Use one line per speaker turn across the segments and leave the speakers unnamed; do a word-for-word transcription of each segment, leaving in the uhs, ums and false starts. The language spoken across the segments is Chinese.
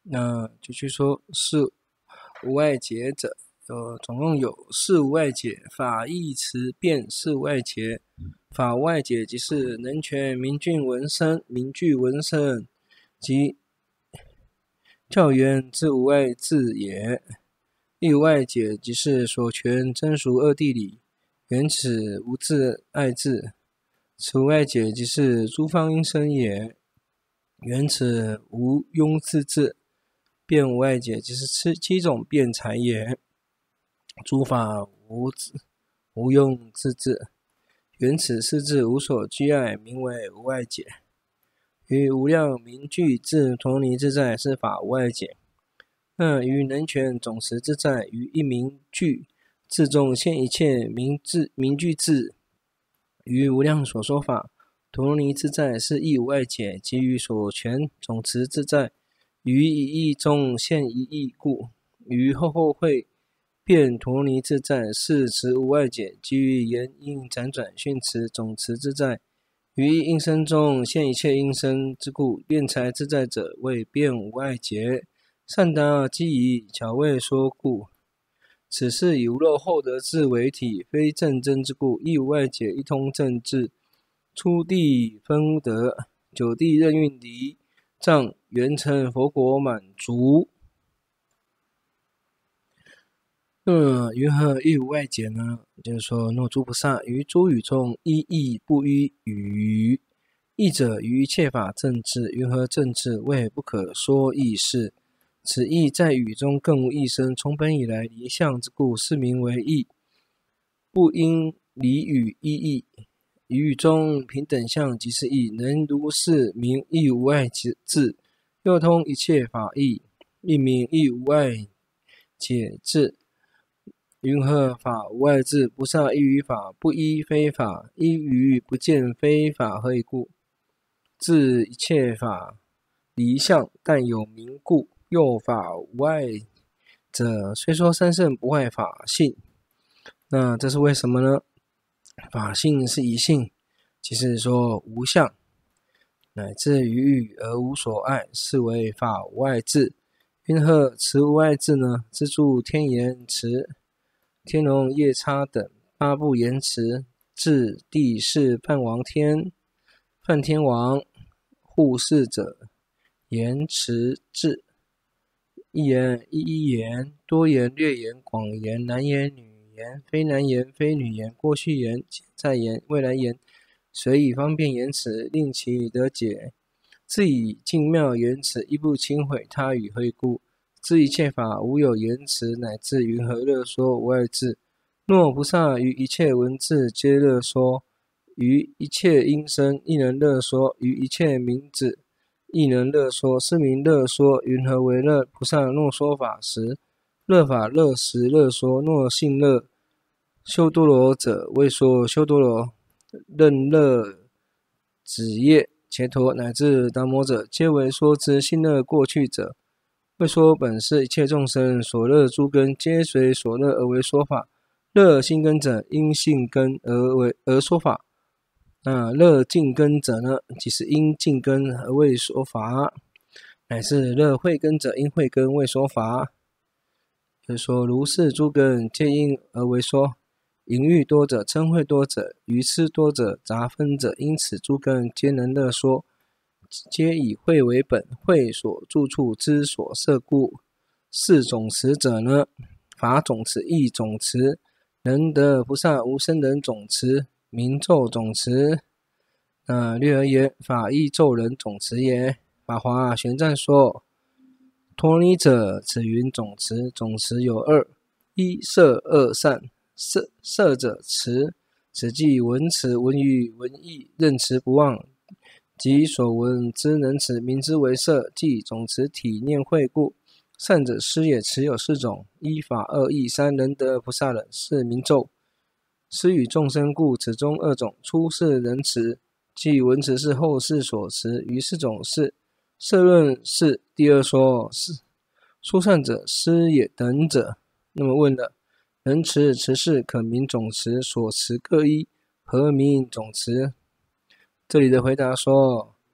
那继续说，事无外解者，呃，总共有事无外解，法义词辨事无外解。法无外解即是能全名句文声，名句文声即教源之无外字也。义无外解即是所全真俗二谛理，原此无自爱字。此无外解即是诸方因生也，原此无庸自治。辩无外解即是七七种辩才也，诸法无无庸自治，原此四字无所居碍，名为无外解。于无量名句自陀尼自在是法无外解。那于能全总持自在，于一名句自中现一切名字名句字，于无量所说法，陀罗尼自在是义无外解，即于所全总持自在，于一义中现一义故，于后后会辩陀罗尼自在是持无外解，即于言应辗转训持总持自在，于一应声中现一切应声之故，辩才自在者谓辩无外解。善达机宜，巧未说故。此事以无漏后得智为体，非正真之故，亦无外解，一通正智。初地分得，九地任运离障，圆成佛果满足。嗯，云何亦无外解呢？就是说，若诸菩萨于诸语中一义不依语，义者于一切法正智，云何正智？谓不可说义事。此义在语中更无义生，从本以来离相之故，是名为义。不因离语依义，语中平等相即是义，能如是名义无外智，又通一切法义，亦名义无外解智。云何法无外智？菩萨依于法，不依非法，依于不见非法，何以故？自一切法离相，但有名故。又法无外者，虽说三圣不坏法性，那这是为什么呢？法性是一性，即是说无相，乃至于语而无所爱，是为法无外智。云何持无外智呢？自助天言持、天龙夜叉等八部言持，至地势梵王天、梵天王护世者言持智。一言一一言，多言略言广言，男言女言，非男言非女言，过去言现在言未来言，随以方便言辞，令其得解。自以净妙言辞，亦不轻毁他语，何以故？知一切法无有言辞，乃至云何乐说无外智。若菩萨于一切文字皆乐说，于一切音声亦能乐说，于一切名字亦能乐说，是名乐说。云何为乐？菩萨若说法时，乐法乐时乐说；若信乐修多罗者，为说修多罗。任乐子夜、伽陀乃至达摩者，皆为说之。信乐过去者，为说本是一切众生所乐诸根，皆随所乐而为说法。乐信根者，因信根而为而说法。那乐净根者呢，即是因净根而为说法，乃是乐慧根者，因慧根为说法。就是说，如是诸根皆因而为说。淫欲多者、嗔恚多者、愚痴多者、杂分者，因此诸根皆能乐说，皆以慧为本，慧所住处之所摄故。是总持者呢，法总持、义总持，能得菩萨无生等总持。名咒总持，那略而言，法义咒人总持也。法华玄赞说，陀罗尼者，此云总持，总持有二：一摄二善。摄摄者持，此即闻持、闻语、闻义，任持不忘，即所闻之能持，名之为摄，即总持体念慧故。善者师也，持有四种：一法、二义、三能得菩萨人，是名咒。施与众生故，此中二种，初是人持，即闻持是后世所持，于四种是。摄论是第二说，是殊善者施也等者。那么问了，人持持是可名总持，所持各一，何名总持？这里的回答说，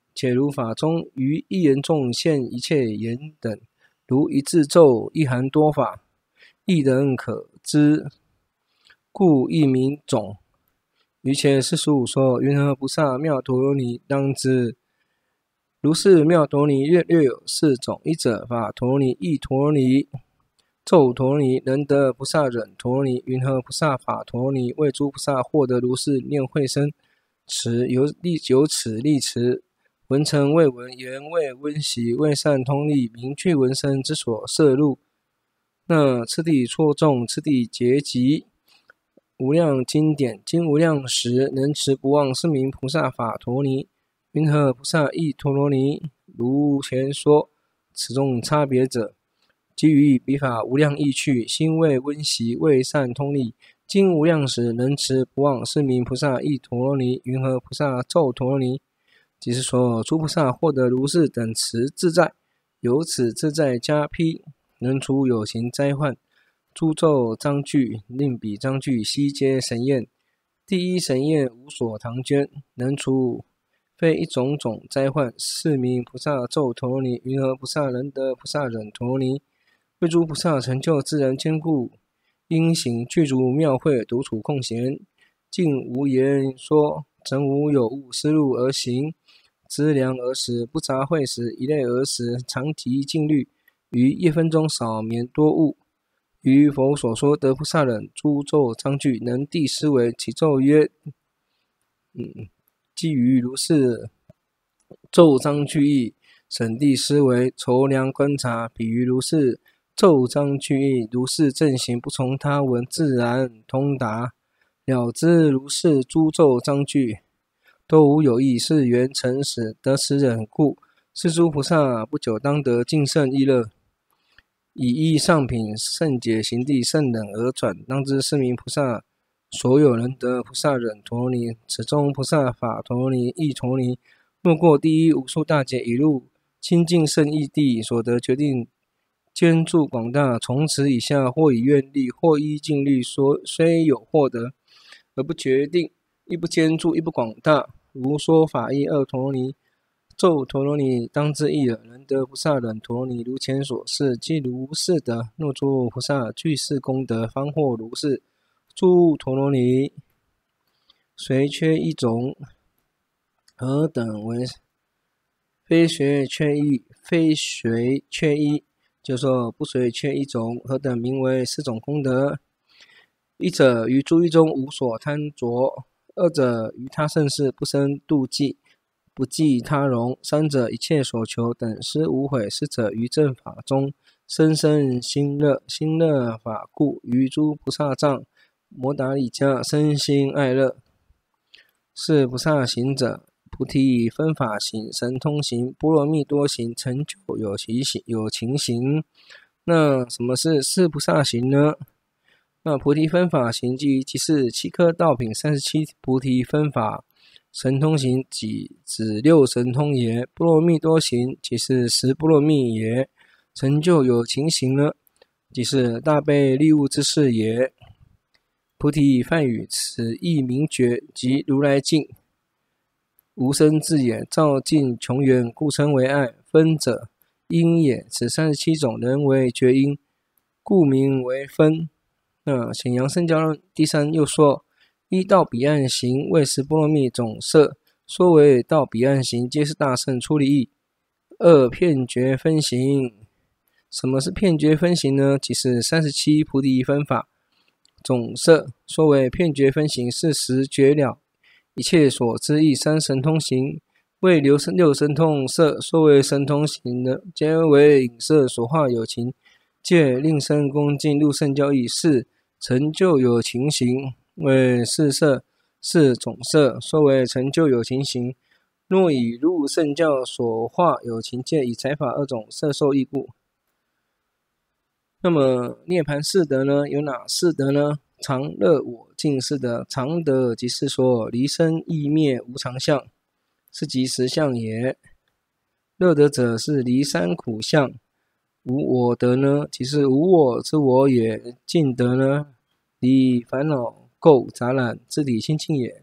且如法中于一言中现一切言等，如一字咒一含多法，亦人可知，故亦名种。于前四十五说，云何菩萨妙陀罗尼当知，如是妙陀罗尼略略有四种：一者法陀罗尼、意陀罗尼、咒陀罗尼、能得菩萨忍陀罗尼。云何菩萨法陀罗尼为诸菩萨获得如是念慧身，持由立由此立持，闻成未闻，言未温习，未善通力，名具闻声之所摄入。那次第错众，次第结集，无量经典，经无量时，能持不忘，是名菩萨法陀罗尼。云何菩萨意陀罗尼？如前说，此中差别者，基于彼法无量意趣，心未温习，未善通力，经无量时，能持不忘，是名菩萨意陀罗尼。云何菩萨咒陀罗尼？即是说，诸菩萨获得如是等持自在，由此自在加披，能除有情灾患。诸咒章句，令彼章句悉皆神验。第一神验无所唐捐，能除非一种种灾患，是名菩萨咒陀罗尼。云何菩萨能得菩萨忍陀罗尼？为诸菩萨成就自然坚固，因行具足妙慧，独处空闲，尽无言说，整无有物，思路而行，知量而食，不杂秽食，一类而食，常极静虑，于一分钟少眠多悟。于佛所说得菩萨忍诸咒章句，能地思维，其咒曰：嗯，基于如是咒章句义，审地思维，筹量观察，比于如是咒章句义，如是正行，不从他文，自然通达，了知如是诸咒章句都无有异，是缘诚实，得此忍故，是诸菩萨不久当得净胜意乐。以依上品圣解行地圣忍而转，当知是名菩萨所有能得菩萨忍陀罗尼。此中菩萨法陀罗尼、意陀罗尼，若过第一无数大劫，已入清净圣义地，所得决定坚住广大，从此以下，或以愿力，或依净律，说虽有获得，而不决定，亦不坚住，亦不广大。如说法义二陀罗尼、咒陀罗尼，当知一耳，能得菩萨忍陀罗尼。如前所示，即如是得。若诸菩萨具是功德，方获如是诸陀罗尼，虽缺一种，何等为非随缺一？非随缺一，就说不随缺一种，何等名为四种功德？一者于诸欲中无所贪着，二者于他胜事不生妒忌，不计他容，三者一切所求等施无悔，四者于正法中生生心乐，心乐法故于诸菩萨藏摩达利迦身心爱乐。是菩萨行者，菩提分法行、神通行、波罗蜜多行、成就有情行、有情行。那什么是四菩萨行呢？那菩提分法行即即是七颗道品三十七菩提分法，神通行即指六神通也，波罗蜜多行即是十波罗蜜也，成就有情行呢，即是大悲利物之事也。菩提梵语，此意名觉，即如来境，无生智也，照尽穷源，故称为爱。分者因也，此三十七种人为觉因，故名为分。那显扬圣教论第三又说，一到彼岸行为十波罗蜜总摄，说为到彼岸行，皆是大圣出离意。二片觉分行，什么是片觉分行呢？即是三十七菩提分法总摄，说为片觉分行，是实觉了一切所知意。三神通行为六神通摄，说为神通行的，皆为影色所化有情，借令生恭敬入圣教义，是成就有情行。为四摄，是总摄，说为成就有情行。若以入圣教所化有情界，以财法二种摄受义故。那么涅槃四德呢？有哪四德呢？常乐我净四德。常德即是说离生异灭无常相，是即实相也。乐德者是离三苦相。无我德呢，即是无我之我也。净德呢，离烦恼垢杂染，自体清净也，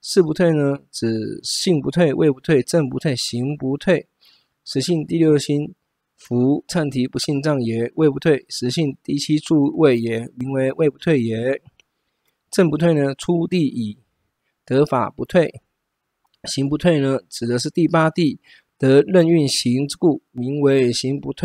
事不退呢，指性不退、位不退、正不退、行不退。实性第六星，夫灿提不信藏也，位不退；实性第七柱位也，名为位不退也。正不退呢，出地矣，得法不退；行不退呢，指的是第八地得任运行之故，名为行不退。